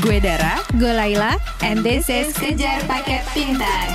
Gue Dara, gue Laila, and this is Kejar Paket Pintar.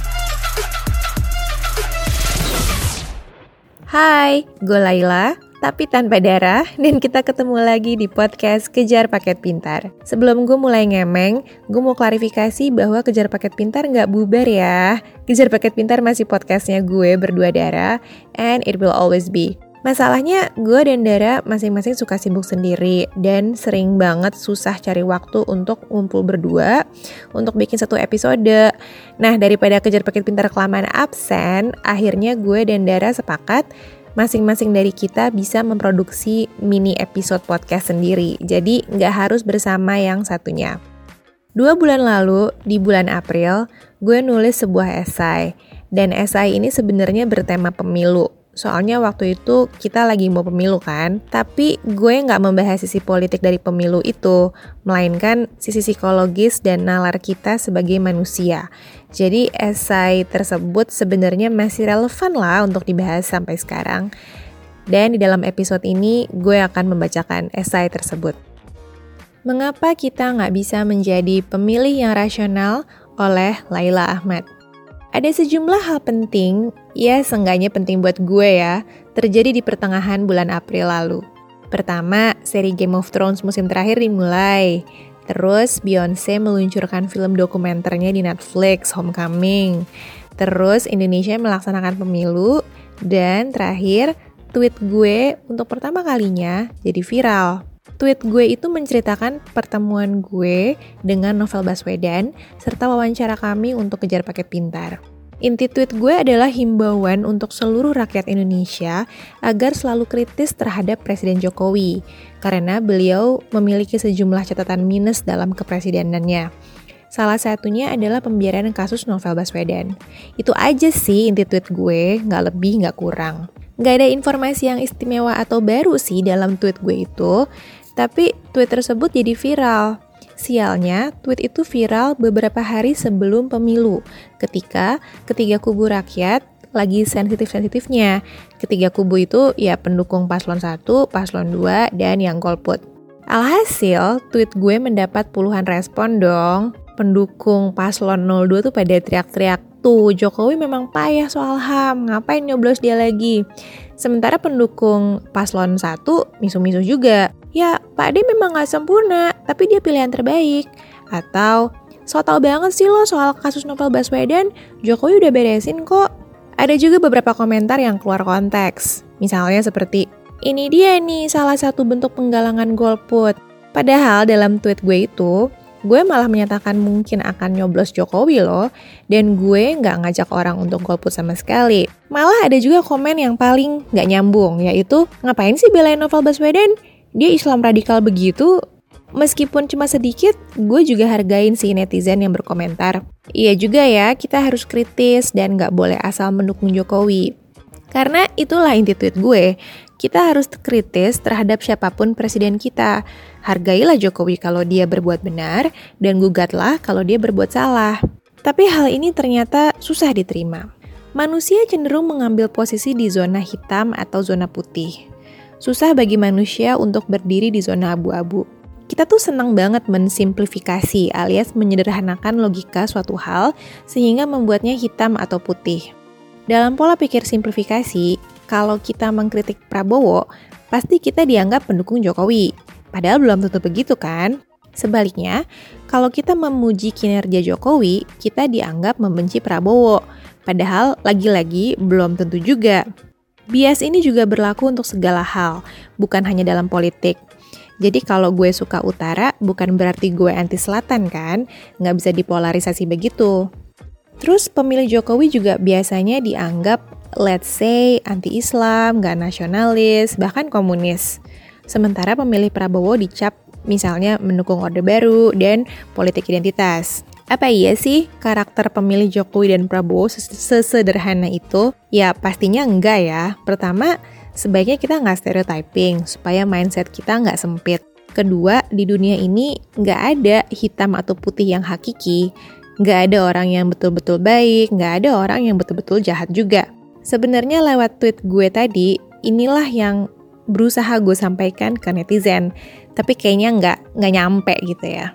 Hai, gue Laila, tapi tanpa Dara, dan kita ketemu lagi di podcast Kejar Paket Pintar. Sebelum gue mulai ngemeng, gue mau klarifikasi bahwa Kejar Paket Pintar nggak bubar ya. Kejar Paket Pintar masih podcastnya gue berdua Dara, and it will always be. Masalahnya, gue dan Dara masing-masing suka sibuk sendiri dan sering banget susah cari waktu untuk ngumpul berdua untuk bikin satu episode. Nah, daripada Kejar Paket Pintar kelamaan absen, akhirnya gue dan Dara sepakat masing-masing dari kita bisa memproduksi mini episode podcast sendiri. Jadi, nggak harus bersama yang satunya. 2 bulan lalu, di bulan April, gue nulis sebuah esai. Dan esai ini sebenarnya bertema pemilu. Soalnya waktu itu kita lagi mau pemilu kan, tapi gue nggak membahas sisi politik dari pemilu itu, melainkan sisi psikologis dan nalar kita sebagai manusia. Jadi esai tersebut sebenarnya masih relevan lah untuk dibahas sampai sekarang. Dan di dalam episode ini gue akan membacakan esai tersebut. Mengapa kita nggak bisa menjadi pemilih yang rasional oleh Laila Ahmad. Ada sejumlah hal penting, ya seenggaknya penting buat gue ya, terjadi di pertengahan bulan April lalu. Pertama, seri Game of Thrones musim terakhir dimulai. Terus, Beyoncé meluncurkan film dokumenternya di Netflix, Homecoming. Terus, Indonesia melaksanakan pemilu. Dan terakhir, tweet gue untuk pertama kalinya jadi viral. Tweet gue itu menceritakan pertemuan gue dengan Novel Baswedan serta wawancara kami untuk Kejar Paket Pintar. Inti tweet gue adalah himbauan untuk seluruh rakyat Indonesia agar selalu kritis terhadap Presiden Jokowi karena beliau memiliki sejumlah catatan minus dalam kepresidenannya. Salah satunya adalah pembiaran kasus Novel Baswedan. Itu aja sih inti tweet gue, nggak lebih nggak kurang. Nggak ada informasi yang istimewa atau baru sih dalam tweet gue itu, tapi tweet tersebut jadi viral. Sialnya, tweet itu viral beberapa hari sebelum pemilu, ketika ketiga kubu rakyat lagi sensitif-sensitifnya. Ketiga kubu itu ya pendukung paslon 1, paslon 2, dan yang golput. Alhasil, tweet gue mendapat puluhan respon dong. Pendukung paslon 02 tuh pada teriak-teriak, tuh Jokowi memang payah soal HAM, ngapain nyoblos dia lagi? Sementara pendukung paslon 1 misu-misu juga. Ya, Pak D memang gak sempurna, tapi dia pilihan terbaik. Atau, so tau banget sih lo soal kasus Novel Baswedan, Jokowi udah beresin kok. Ada juga beberapa komentar yang keluar konteks. Misalnya seperti, ini dia nih salah satu bentuk penggalangan golput. Padahal dalam tweet gue itu, gue malah menyatakan mungkin akan nyoblos Jokowi loh, dan gue nggak ngajak orang untuk golput sama sekali. Malah ada juga komen yang paling nggak nyambung, yaitu ngapain sih belain Novel Baswedan? Dia Islam radikal begitu. Meskipun cuma sedikit, gue juga hargain si netizen yang berkomentar. Iya juga ya, kita harus kritis dan nggak boleh asal mendukung Jokowi. Karena itulah inti tweet gue. Kita harus kritis terhadap siapapun presiden kita. Hargailah Jokowi kalau dia berbuat benar, dan gugatlah kalau dia berbuat salah. Tapi hal ini ternyata susah diterima. Manusia cenderung mengambil posisi di zona hitam atau zona putih. Susah bagi manusia untuk berdiri di zona abu-abu. Kita tuh senang banget mensimplifikasi alias menyederhanakan logika suatu hal sehingga membuatnya hitam atau putih. Dalam pola pikir simplifikasi, kalau kita mengkritik Prabowo, pasti kita dianggap pendukung Jokowi. Padahal belum tentu begitu kan? Sebaliknya, kalau kita memuji kinerja Jokowi, kita dianggap membenci Prabowo. Padahal lagi-lagi belum tentu juga. Bias ini juga berlaku untuk segala hal, bukan hanya dalam politik. Jadi kalau gue suka utara, bukan berarti gue anti selatan kan? Nggak bisa dipolarisasi begitu. Terus pemilih Jokowi juga biasanya dianggap, let's say, anti-Islam, nggak nasionalis, bahkan komunis. Sementara pemilih Prabowo dicap misalnya mendukung Orde Baru dan politik identitas. Apa iya sih karakter pemilih Jokowi dan Prabowo sesederhana itu? Ya pastinya enggak ya. Pertama, sebaiknya kita nggak stereotyping supaya mindset kita nggak sempit. Kedua, di dunia ini nggak ada hitam atau putih yang hakiki. Nggak ada orang yang betul-betul baik, nggak ada orang yang betul-betul jahat juga. Sebenarnya lewat tweet gue tadi, inilah yang berusaha gue sampaikan ke netizen. Tapi kayaknya nggak nyampe gitu ya.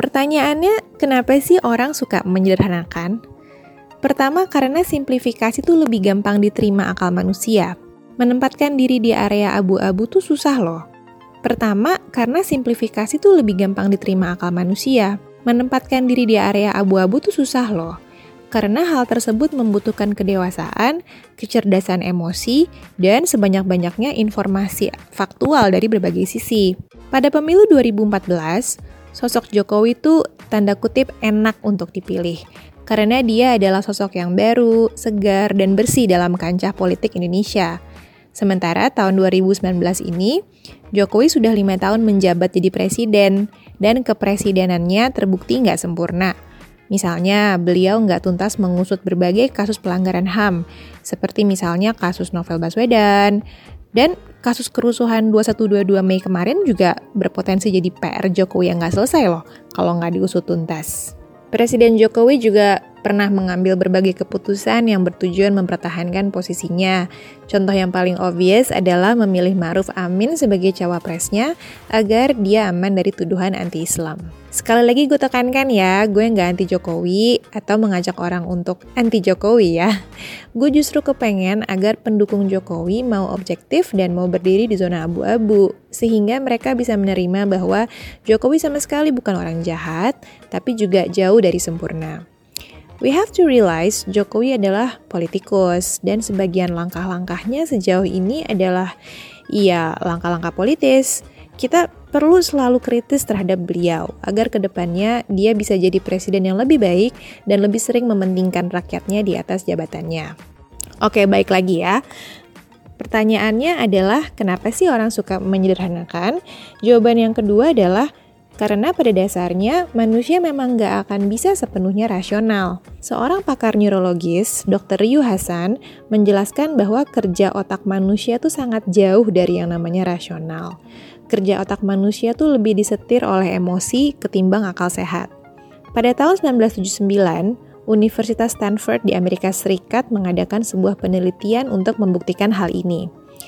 Pertanyaannya, kenapa sih orang suka menyederhanakan? Pertama, karena simplifikasi tuh lebih gampang diterima akal manusia. Menempatkan diri di area abu-abu tuh susah loh. Pertama, karena simplifikasi tuh lebih gampang diterima akal manusia. Menempatkan diri di area abu-abu tuh susah loh. Karena hal tersebut membutuhkan kedewasaan, kecerdasan emosi, dan sebanyak-banyaknya informasi faktual dari berbagai sisi. Pada pemilu 2014, sosok Jokowi itu tanda kutip enak untuk dipilih. Karena dia adalah sosok yang baru, segar, dan bersih dalam kancah politik Indonesia. Sementara tahun 2019 ini, Jokowi sudah 5 tahun menjabat jadi presiden, dan kepresidenannya terbukti nggak sempurna. Misalnya, beliau nggak tuntas mengusut berbagai kasus pelanggaran HAM, seperti misalnya kasus Novel Baswedan, dan kasus kerusuhan 2122 Mei kemarin juga berpotensi jadi PR Jokowi yang nggak selesai loh, kalau nggak diusut tuntas. Presiden Jokowi juga pernah mengambil berbagai keputusan yang bertujuan mempertahankan posisinya. Contoh yang paling obvious adalah memilih Ma'ruf Amin sebagai cawapresnya agar dia aman dari tuduhan anti-Islam. Sekali lagi gue tekankan ya, gue nggak anti Jokowi atau mengajak orang untuk anti Jokowi ya. Gue justru kepengen agar pendukung Jokowi mau objektif dan mau berdiri di zona abu-abu, sehingga mereka bisa menerima bahwa Jokowi sama sekali bukan orang jahat, tapi juga jauh dari sempurna. We have to realize Jokowi adalah politikus dan sebagian langkah-langkahnya sejauh ini adalah langkah-langkah politis. Kita perlu selalu kritis terhadap beliau agar kedepannya dia bisa jadi presiden yang lebih baik dan lebih sering mementingkan rakyatnya di atas jabatannya. Oke, baik lagi ya. Pertanyaannya adalah kenapa sih orang suka menyederhanakan? Jawaban yang kedua adalah karena pada dasarnya manusia memang nggak akan bisa sepenuhnya rasional. Seorang pakar neurologis, Dr. Ryu Hasan, menjelaskan bahwa kerja otak manusia tuh sangat jauh dari yang namanya rasional. Kerja otak manusia tuh lebih disetir oleh emosi ketimbang akal sehat. Pada tahun 1979, Universitas Stanford di Amerika Serikat mengadakan sebuah penelitian untuk membuktikan hal ini.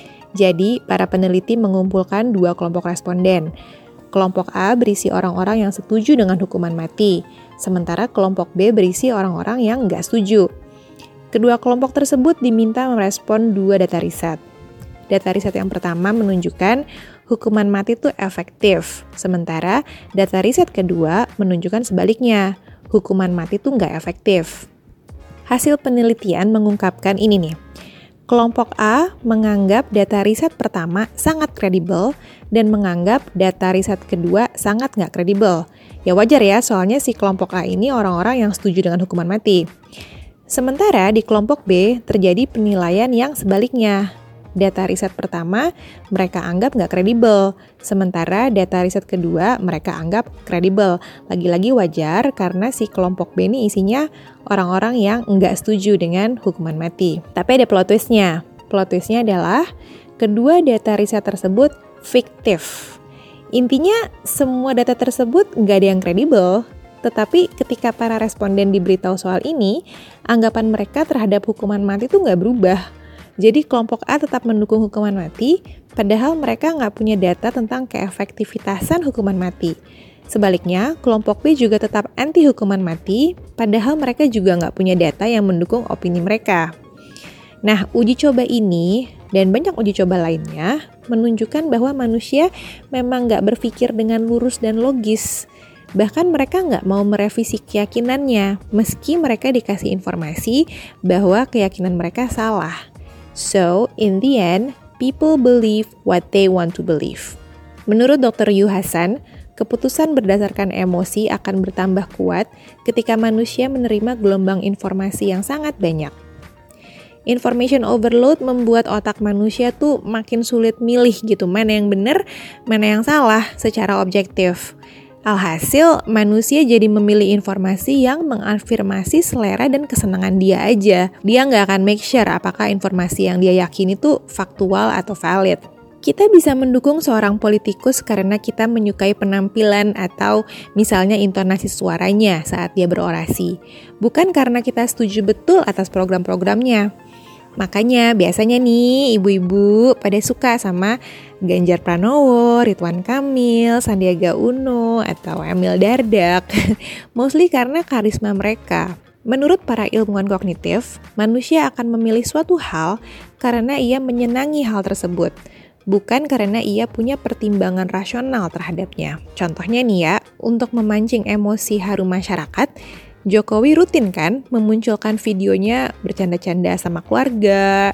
Jadi, para peneliti mengumpulkan 2 kelompok responden. Kelompok A berisi orang-orang yang setuju dengan hukuman mati, sementara kelompok B berisi orang-orang yang nggak setuju. Kedua kelompok tersebut diminta merespon 2 data riset. Data riset yang pertama menunjukkan hukuman mati itu efektif, sementara data riset kedua menunjukkan sebaliknya, hukuman mati itu nggak efektif. Hasil penelitian mengungkapkan ini nih. Kelompok A menganggap data riset pertama sangat kredibel dan menganggap data riset kedua sangat nggak kredibel. Ya wajar ya, soalnya si kelompok A ini orang-orang yang setuju dengan hukuman mati. Sementara di kelompok B terjadi penilaian yang sebaliknya. Data riset pertama mereka anggap nggak kredibel, sementara data riset kedua mereka anggap kredibel. Lagi-lagi wajar karena si kelompok B ini isinya orang-orang yang nggak setuju dengan hukuman mati. Tapi ada plot twist-nya. Plot twist-nya adalah kedua data riset tersebut fiktif. Intinya semua data tersebut nggak ada yang kredibel. Tetapi ketika para responden diberitahu soal ini, anggapan mereka terhadap hukuman mati itu nggak berubah. Jadi kelompok A tetap mendukung hukuman mati, padahal mereka nggak punya data tentang keefektivitasan hukuman mati. Sebaliknya, kelompok B juga tetap anti hukuman mati, padahal mereka juga nggak punya data yang mendukung opini mereka. Nah, uji coba ini dan banyak uji coba lainnya menunjukkan bahwa manusia memang nggak berpikir dengan lurus dan logis. Bahkan mereka nggak mau merevisi keyakinannya, meski mereka dikasih informasi bahwa keyakinan mereka salah. So, in the end, people believe what they want to believe. Menurut Dr. Ryu Hasan, keputusan berdasarkan emosi akan bertambah kuat ketika manusia menerima gelombang informasi yang sangat banyak. Information overload membuat otak manusia tuh makin sulit milih gitu, mana yang benar, mana yang salah secara objektif. Alhasil, manusia jadi memilih informasi yang mengafirmasi selera dan kesenangan dia aja. Dia nggak akan make sure apakah informasi yang dia yakini itu faktual atau valid. Kita bisa mendukung seorang politikus karena kita menyukai penampilan atau misalnya intonasi suaranya saat dia berorasi. Bukan karena kita setuju betul atas program-programnya. Makanya biasanya nih ibu-ibu pada suka sama Ganjar Pranowo, Ridwan Kamil, Sandiaga Uno, atau Emil Dardak. Mostly karena karisma mereka. Menurut para ilmuwan kognitif, manusia akan memilih suatu hal karena ia menyenangi hal tersebut, bukan karena ia punya pertimbangan rasional terhadapnya. Contohnya nih ya, untuk memancing emosi haru masyarakat, Jokowi rutin kan memunculkan videonya bercanda-canda sama keluarga,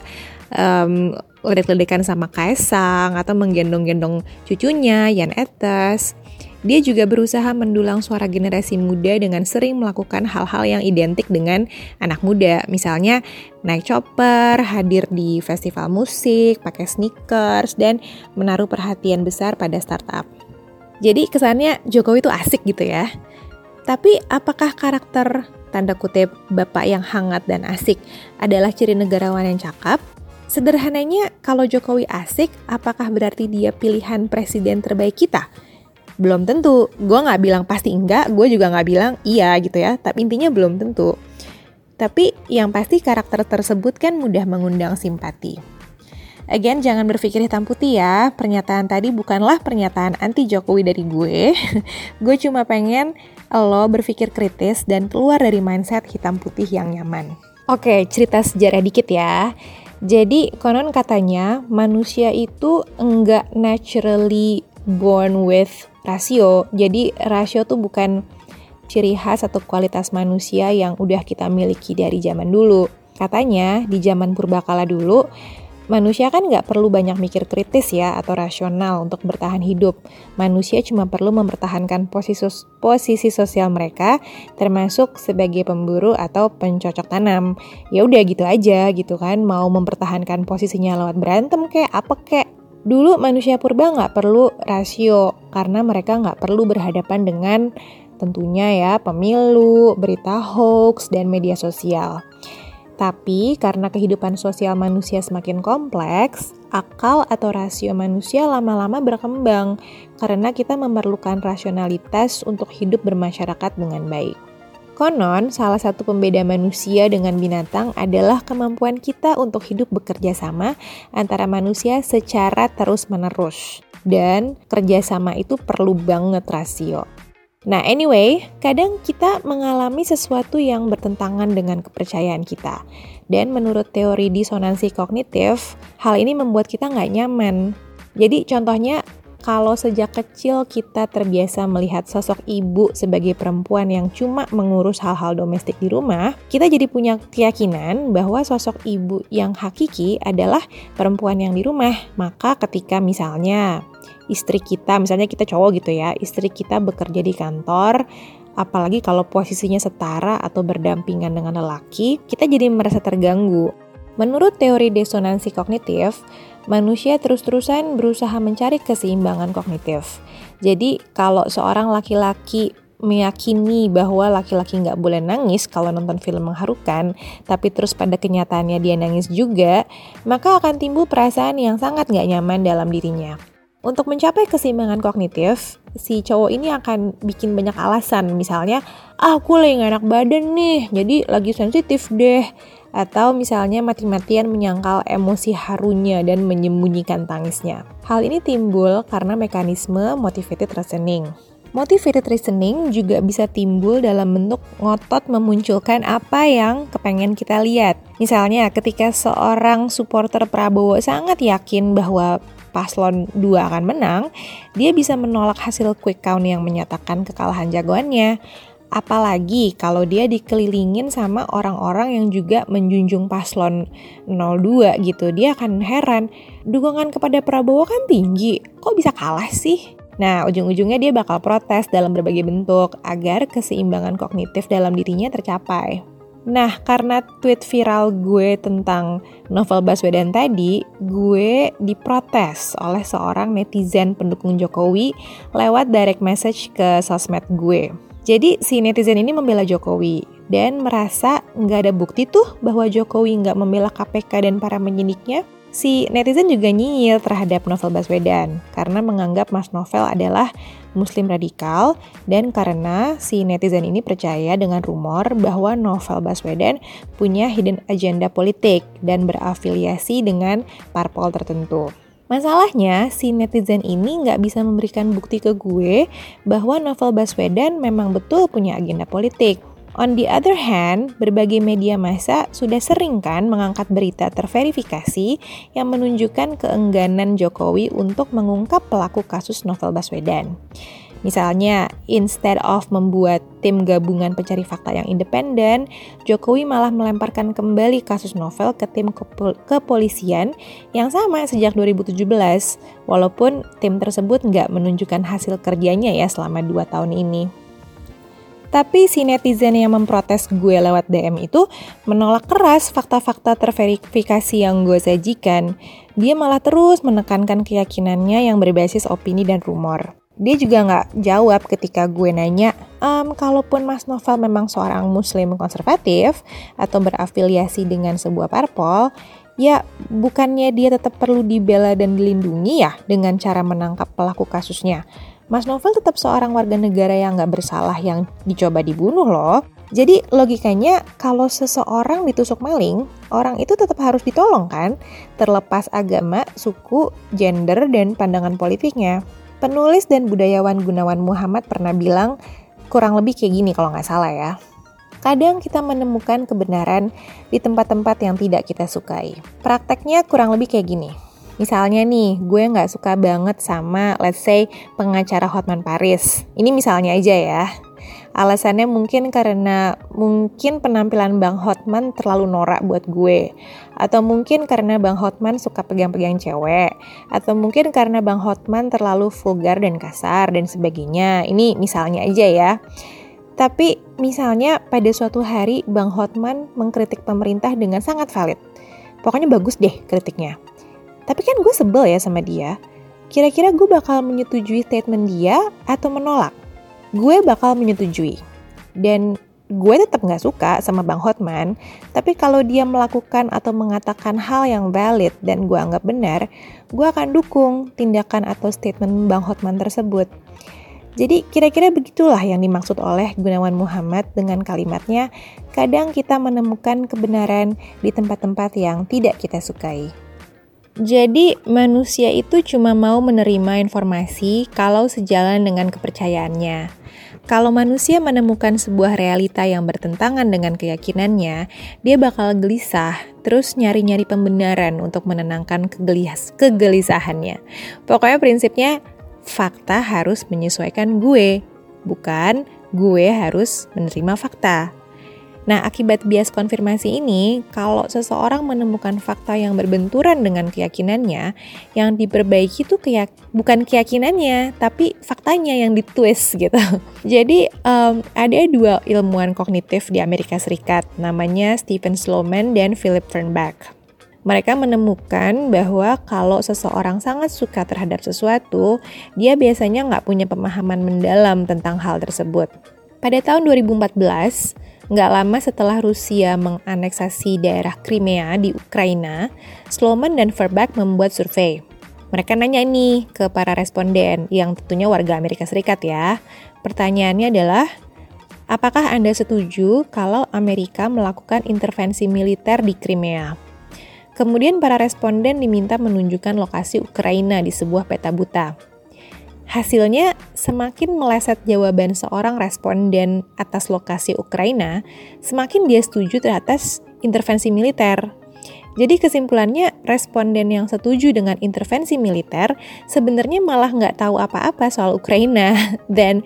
ledek-ledekan sama Kaesang, atau menggendong-gendong cucunya, Jan Etes. Dia juga berusaha mendulang suara generasi muda dengan sering melakukan hal-hal yang identik dengan anak muda. Misalnya naik chopper, hadir di festival musik, pakai sneakers, dan menaruh perhatian besar pada startup. Jadi kesannya Jokowi itu asik gitu ya. Tapi apakah karakter tanda kutip bapak yang hangat dan asik adalah ciri negarawan yang cakap? Sederhananya, kalau Jokowi asik, apakah berarti dia pilihan presiden terbaik kita? Belum tentu. Gue gak bilang pasti enggak, gue juga gak bilang iya gitu ya. Tapi intinya belum tentu. Tapi yang pasti karakter tersebut kan mudah mengundang simpati. Again, jangan berpikir hitam putih ya. Pernyataan tadi bukanlah pernyataan anti Jokowi dari gue. Gue cuma pengen lo berpikir kritis dan keluar dari mindset hitam putih yang nyaman. Oke, cerita sejarah dikit ya. Jadi, konon katanya manusia itu enggak naturally born with rasio. Jadi, rasio tuh bukan ciri khas atau kualitas manusia yang udah kita miliki dari zaman dulu. Katanya, di zaman purbakala dulu, manusia kan nggak perlu banyak mikir kritis ya atau rasional untuk bertahan hidup. Manusia cuma perlu mempertahankan posisi sosial mereka, termasuk sebagai pemburu atau pencocok tanam. Ya udah gitu aja gitu kan, mau mempertahankan posisinya lewat berantem kayak apa kayak. Dulu manusia purba nggak perlu rasio karena mereka nggak perlu berhadapan dengan tentunya ya pemilu, berita hoax, dan media sosial. Tapi karena kehidupan sosial manusia semakin kompleks, akal atau rasio manusia lama-lama berkembang karena kita memerlukan rasionalitas untuk hidup bermasyarakat dengan baik. Konon, salah satu pembeda manusia dengan binatang adalah kemampuan kita untuk hidup bekerja sama antara manusia secara terus-menerus. Dan kerjasama itu perlu banget rasio. Nah anyway, kadang kita mengalami sesuatu yang bertentangan dengan kepercayaan kita. Dan menurut teori disonansi kognitif, hal ini membuat kita nggak nyaman. Jadi contohnya, kalau sejak kecil kita terbiasa melihat sosok ibu sebagai perempuan yang cuma mengurus hal-hal domestik di rumah, kita jadi punya keyakinan bahwa sosok ibu yang hakiki adalah perempuan yang di rumah. Maka ketika misalnya istri kita, misalnya kita cowok gitu ya, istri kita bekerja di kantor, apalagi kalau posisinya setara atau berdampingan dengan lelaki, kita jadi merasa terganggu. Menurut teori disonansi kognitif, manusia terus-terusan berusaha mencari keseimbangan kognitif. Jadi kalau seorang laki-laki meyakini bahwa laki-laki nggak boleh nangis kalau nonton film mengharukan, tapi terus pada kenyataannya dia nangis juga, maka akan timbul perasaan yang sangat nggak nyaman dalam dirinya. Untuk mencapai keseimbangan kognitif, si cowok ini akan bikin banyak alasan. Misalnya, aku lagi gak enak badan nih, jadi lagi sensitif deh. Atau misalnya mati-matian menyangkal emosi harunya dan menyembunyikan tangisnya. Hal ini timbul karena mekanisme motivated reasoning. Motivated reasoning juga bisa timbul dalam bentuk ngotot memunculkan apa yang kepengen kita lihat. Misalnya ketika seorang supporter Prabowo sangat yakin bahwa paslon 2 akan menang, dia bisa menolak hasil quick count yang menyatakan kekalahan jagoannya. Apalagi kalau dia dikelilingin sama orang-orang yang juga menjunjung paslon 02 gitu. Dia akan heran, dukungan kepada Prabowo kan tinggi, kok bisa kalah sih? Nah, ujung-ujungnya dia bakal protes dalam berbagai bentuk agar keseimbangan kognitif dalam dirinya tercapai. Nah, karena tweet viral gue tentang Novel Baswedan tadi, gue diprotes oleh seorang netizen pendukung Jokowi lewat direct message ke sosmed gue. Jadi si netizen ini membela Jokowi dan merasa nggak ada bukti tuh bahwa Jokowi nggak membela KPK dan para penyidiknya. Si netizen juga nyinyir terhadap Novel Baswedan karena menganggap Mas Novel adalah Muslim radikal dan karena si netizen ini percaya dengan rumor bahwa Novel Baswedan punya hidden agenda politik dan berafiliasi dengan parpol tertentu. Masalahnya, si netizen ini nggak bisa memberikan bukti ke gue bahwa Novel Baswedan memang betul punya agenda politik. On the other hand, berbagai media massa sudah sering kan mengangkat berita terverifikasi yang menunjukkan keengganan Jokowi untuk mengungkap pelaku kasus Novel Baswedan. Misalnya, instead of membuat tim gabungan pencari fakta yang independen, Jokowi malah melemparkan kembali kasus Novel ke tim kepolisian yang sama sejak 2017, walaupun tim tersebut nggak menunjukkan hasil kerjanya ya selama 2 tahun ini. Tapi si netizen yang memprotes gue lewat DM itu menolak keras fakta-fakta terverifikasi yang gue sajikan. Dia malah terus menekankan keyakinannya yang berbasis opini dan rumor. Dia juga nggak jawab ketika gue nanya, kalaupun Mas Novel memang seorang muslim konservatif atau berafiliasi dengan sebuah parpol, ya bukannya dia tetap perlu dibela dan dilindungi ya dengan cara menangkap pelaku kasusnya. Mas Novel tetap seorang warga negara yang nggak bersalah yang dicoba dibunuh loh. Jadi logikanya kalau seseorang ditusuk maling, orang itu tetap harus ditolong kan? Terlepas agama, suku, gender, dan pandangan politiknya. Penulis dan budayawan Gunawan Muhammad pernah bilang, kurang lebih kayak gini kalau nggak salah ya. Kadang kita menemukan kebenaran di tempat-tempat yang tidak kita sukai. Prakteknya kurang lebih kayak gini. Misalnya nih, gue nggak suka banget sama, let's say, pengacara Hotman Paris. Ini misalnya aja ya. Alasannya mungkin karena penampilan Bang Hotman terlalu norak buat gue. Atau mungkin karena Bang Hotman suka pegang-pegang cewek. Atau mungkin karena Bang Hotman terlalu vulgar dan kasar dan sebagainya. Ini misalnya aja ya. Tapi misalnya pada suatu hari Bang Hotman mengkritik pemerintah dengan sangat valid. Pokoknya bagus deh kritiknya. Tapi kan gue sebel ya sama dia. Kira-kira gue bakal menyetujui statement dia atau menolak? Gue bakal menyetujui. Dan gue tetap gak suka sama Bang Hotman. Tapi kalau dia melakukan atau mengatakan hal yang valid dan gue anggap benar, gue akan dukung tindakan atau statement Bang Hotman tersebut. Jadi kira-kira begitulah yang dimaksud oleh Gunawan Muhammad dengan kalimatnya, kadang kita menemukan kebenaran di tempat-tempat yang tidak kita sukai. Jadi manusia itu cuma mau menerima informasi kalau sejalan dengan kepercayaannya. Kalau manusia menemukan sebuah realita yang bertentangan dengan keyakinannya, dia bakal gelisah, terus nyari-nyari pembenaran untuk menenangkan kegelisahannya. Pokoknya prinsipnya, fakta harus menyesuaikan gue, bukan gue harus menerima fakta. Nah, akibat bias konfirmasi ini, kalau seseorang menemukan fakta yang berbenturan dengan keyakinannya, yang diperbaiki itu bukan keyakinannya, tapi faktanya yang ditwist gitu. Jadi, ada 2 ilmuwan kognitif di Amerika Serikat, namanya Stephen Sloman dan Philip Fernbach. Mereka menemukan bahwa kalau seseorang sangat suka terhadap sesuatu, dia biasanya nggak punya pemahaman mendalam tentang hal tersebut. Pada tahun 2014, nggak lama setelah Rusia menganeksasi daerah Crimea di Ukraina, Sloman dan Fernbach membuat survei. Mereka nanya nih ke para responden yang tentunya warga Amerika Serikat ya. Pertanyaannya adalah, apakah Anda setuju kalau Amerika melakukan intervensi militer di Crimea? Kemudian para responden diminta menunjukkan lokasi Ukraina di sebuah peta buta. Hasilnya, semakin meleset jawaban seorang responden atas lokasi Ukraina, semakin dia setuju atas intervensi militer. Jadi kesimpulannya, responden yang setuju dengan intervensi militer sebenarnya malah nggak tahu apa-apa soal Ukraina. Dan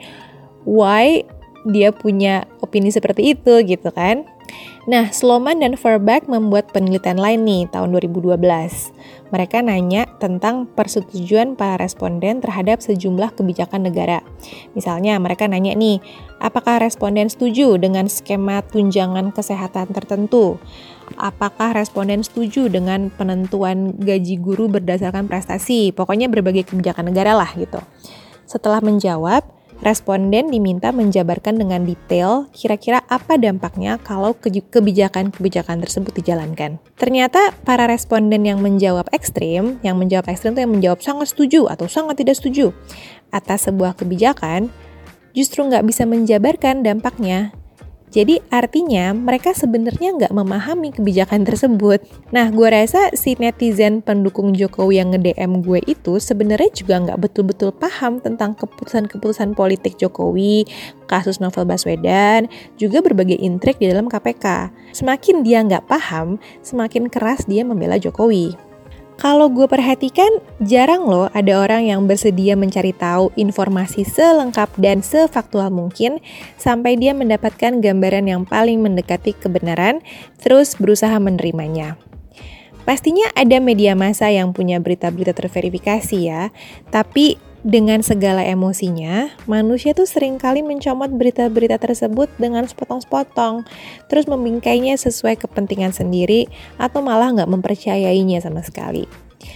why dia punya opini seperti itu gitu kan? Nah, Sloman dan Fernbach membuat penelitian lain nih tahun 2012. Mereka nanya tentang persetujuan para responden terhadap sejumlah kebijakan negara. Misalnya mereka nanya nih, apakah responden setuju dengan skema tunjangan kesehatan tertentu? Apakah responden setuju dengan penentuan gaji guru berdasarkan prestasi? Pokoknya berbagai kebijakan negara lah gitu. Setelah menjawab, Responden diminta menjabarkan dengan detail kira-kira apa dampaknya kalau kebijakan-kebijakan tersebut dijalankan. Ternyata para responden yang menjawab ekstrim itu yang menjawab sangat setuju atau sangat tidak setuju atas sebuah kebijakan, justru nggak bisa menjabarkan dampaknya. Jadi artinya mereka sebenarnya nggak memahami kebijakan tersebut. Nah, gue rasa si netizen pendukung Jokowi yang nge-DM gue itu sebenarnya juga nggak betul-betul paham tentang keputusan-keputusan politik Jokowi, kasus Novel Baswedan, juga berbagai intrik di dalam KPK. Semakin dia nggak paham, semakin keras dia membela Jokowi. Kalau gue perhatikan, jarang loh ada orang yang bersedia mencari tahu informasi selengkap dan sefaktual mungkin sampai dia mendapatkan gambaran yang paling mendekati kebenaran, terus berusaha menerimanya. Pastinya ada media massa yang punya berita-berita terverifikasi ya, tapi dengan segala emosinya, manusia tuh seringkali mencomot berita-berita tersebut dengan sepotong-sepotong, terus membingkainya sesuai kepentingan sendiri, atau malah nggak mempercayainya sama sekali.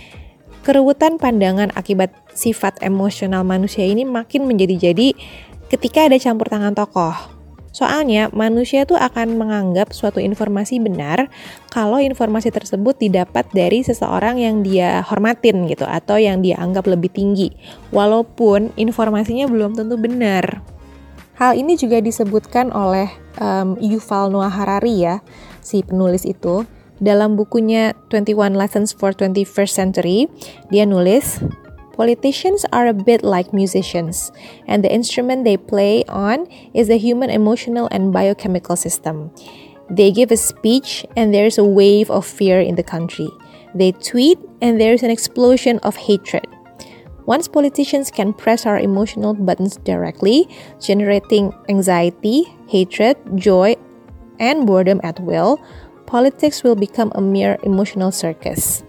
Keruwetan pandangan akibat sifat emosional manusia ini makin menjadi-jadi ketika ada campur tangan tokoh. Soalnya manusia tuh akan menganggap suatu informasi benar kalau informasi tersebut didapat dari seseorang yang dia hormatin gitu atau yang dia anggap lebih tinggi, walaupun informasinya belum tentu benar. Hal ini juga disebutkan oleh Yuval Noah Harari ya, si penulis itu. Dalam bukunya 21 Lessons for 21st Century, dia nulis, "Politicians are a bit like musicians, and the instrument they play on is the human emotional and biochemical system. They give a speech, and there's a wave of fear in the country. They tweet, and there's an explosion of hatred. Once politicians can press our emotional buttons directly, generating anxiety, hatred, joy, and boredom at will, politics will become a mere emotional circus."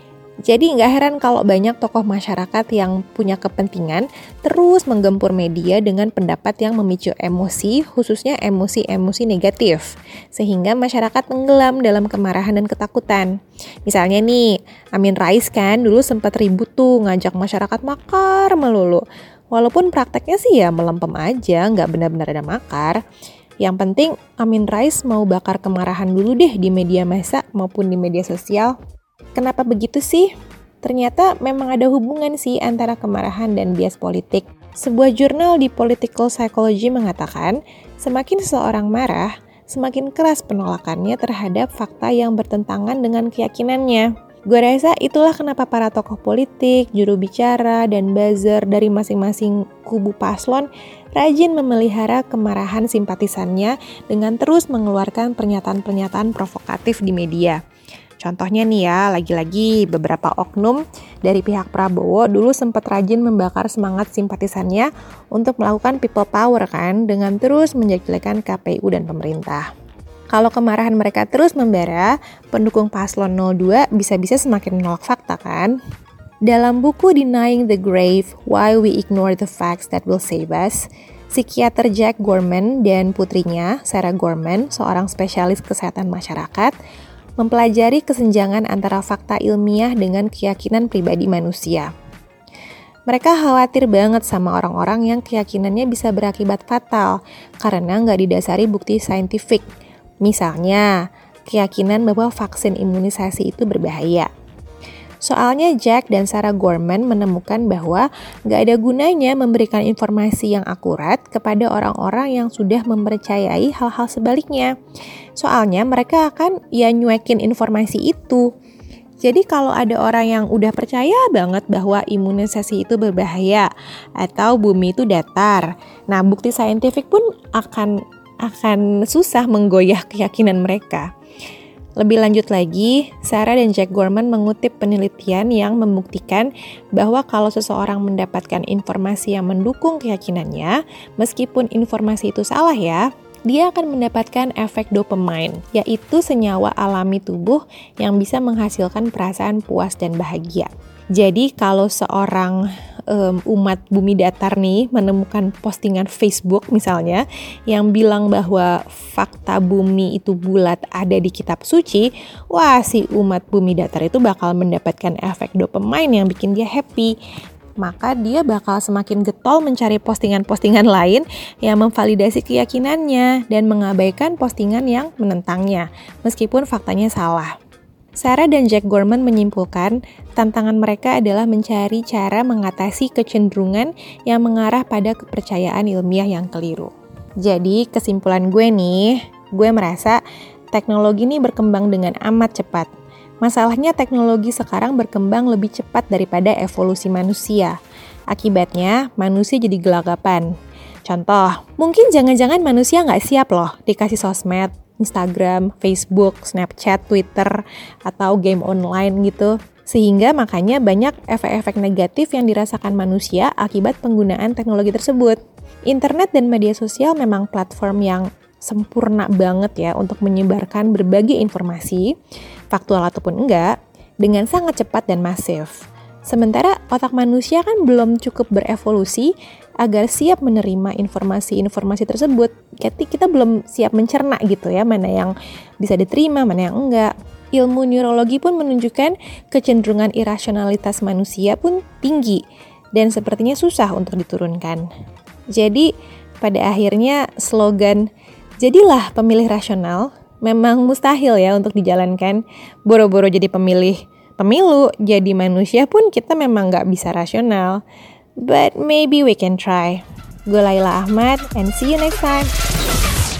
Jadi nggak heran kalau banyak tokoh masyarakat yang punya kepentingan terus menggempur media dengan pendapat yang memicu emosi, khususnya emosi-emosi negatif, sehingga masyarakat tenggelam dalam kemarahan dan ketakutan. Misalnya nih, Amin Rais kan dulu sempat ribut tuh ngajak masyarakat makar melulu. Walaupun prakteknya sih ya melempem aja, nggak benar-benar ada makar. Yang penting Amin Rais mau bakar kemarahan dulu deh di media massa maupun di media sosial. Kenapa begitu sih? Ternyata memang ada hubungan sih antara kemarahan dan bias politik. Sebuah jurnal di Political Psychology mengatakan, semakin seseorang marah, semakin keras penolakannya terhadap fakta yang bertentangan dengan keyakinannya. Gue rasa itulah kenapa para tokoh politik, juru bicara, dan buzzer dari masing-masing kubu paslon rajin memelihara kemarahan simpatisannya dengan terus mengeluarkan pernyataan-pernyataan provokatif di media. Contohnya nih ya, lagi-lagi beberapa oknum dari pihak Prabowo dulu sempat rajin membakar semangat simpatisannya untuk melakukan people power kan, dengan terus menjelek-jelekan KPU dan pemerintah. Kalau kemarahan mereka terus membara, pendukung paslon 02 bisa-bisa semakin menolak fakta kan? Dalam buku Denying the Grave, Why We Ignore the Facts That Will Save Us, psikiater Jack Gorman dan putrinya, Sarah Gorman, seorang spesialis kesehatan masyarakat, mempelajari kesenjangan antara fakta ilmiah dengan keyakinan pribadi manusia. Mereka khawatir banget sama orang-orang yang keyakinannya bisa berakibat fatal karena nggak didasari bukti saintifik. Misalnya, keyakinan bahwa vaksin imunisasi itu berbahaya. Soalnya Jack dan Sarah Gorman menemukan bahwa nggak ada gunanya memberikan informasi yang akurat kepada orang-orang yang sudah mempercayai hal-hal sebaliknya. Soalnya mereka akan nyuekin informasi itu. Jadi kalau ada orang yang udah percaya banget bahwa imunisasi itu berbahaya atau bumi itu datar, nah bukti saintifik pun akan susah menggoyah keyakinan mereka. Lebih lanjut lagi, Sarah dan Jack Gorman mengutip penelitian yang membuktikan bahwa kalau seseorang mendapatkan informasi yang mendukung keyakinannya, meskipun informasi itu salah ya, dia akan mendapatkan efek dopamine, yaitu senyawa alami tubuh yang bisa menghasilkan perasaan puas dan bahagia. Jadi kalau seorang umat bumi datar nih menemukan postingan Facebook misalnya yang bilang bahwa fakta bumi itu bulat ada di kitab suci, wah si umat bumi datar itu bakal mendapatkan efek dopamine yang bikin dia happy. maka dia bakal semakin getol mencari postingan-postingan lain yang memvalidasi keyakinannya dan mengabaikan postingan yang menentangnya, meskipun faktanya salah. Sarah dan Jack Gorman menyimpulkan, tantangan mereka adalah mencari cara mengatasi kecenderungan yang mengarah pada kepercayaan ilmiah yang keliru. Jadi, kesimpulan gue nih, gue merasa teknologi ini berkembang dengan amat cepat. Masalahnya teknologi sekarang berkembang lebih cepat daripada evolusi manusia. Akibatnya, manusia jadi gelagapan. Contoh, mungkin jangan-jangan manusia nggak siap loh dikasih sosmed, Instagram, Facebook, Snapchat, Twitter, atau game online gitu. Sehingga makanya banyak efek-efek negatif yang dirasakan manusia akibat penggunaan teknologi tersebut. Internet dan media sosial memang platform yang sempurna banget ya untuk menyebarkan berbagai informasi, faktual ataupun enggak, dengan sangat cepat dan masif. Sementara otak manusia kan belum cukup berevolusi agar siap menerima informasi-informasi tersebut. Jadi kita belum siap mencerna gitu ya, mana yang bisa diterima, mana yang enggak. Ilmu neurologi pun menunjukkan kecenderungan irasionalitas manusia pun tinggi dan sepertinya susah untuk diturunkan. Jadi pada akhirnya slogan "Jadilah pemilih rasional" memang mustahil ya untuk dijalankan. Boro-boro jadi pemilu, jadi manusia pun kita memang gak bisa rasional. But maybe we can try. Gue Laila Ahmad and see you next time.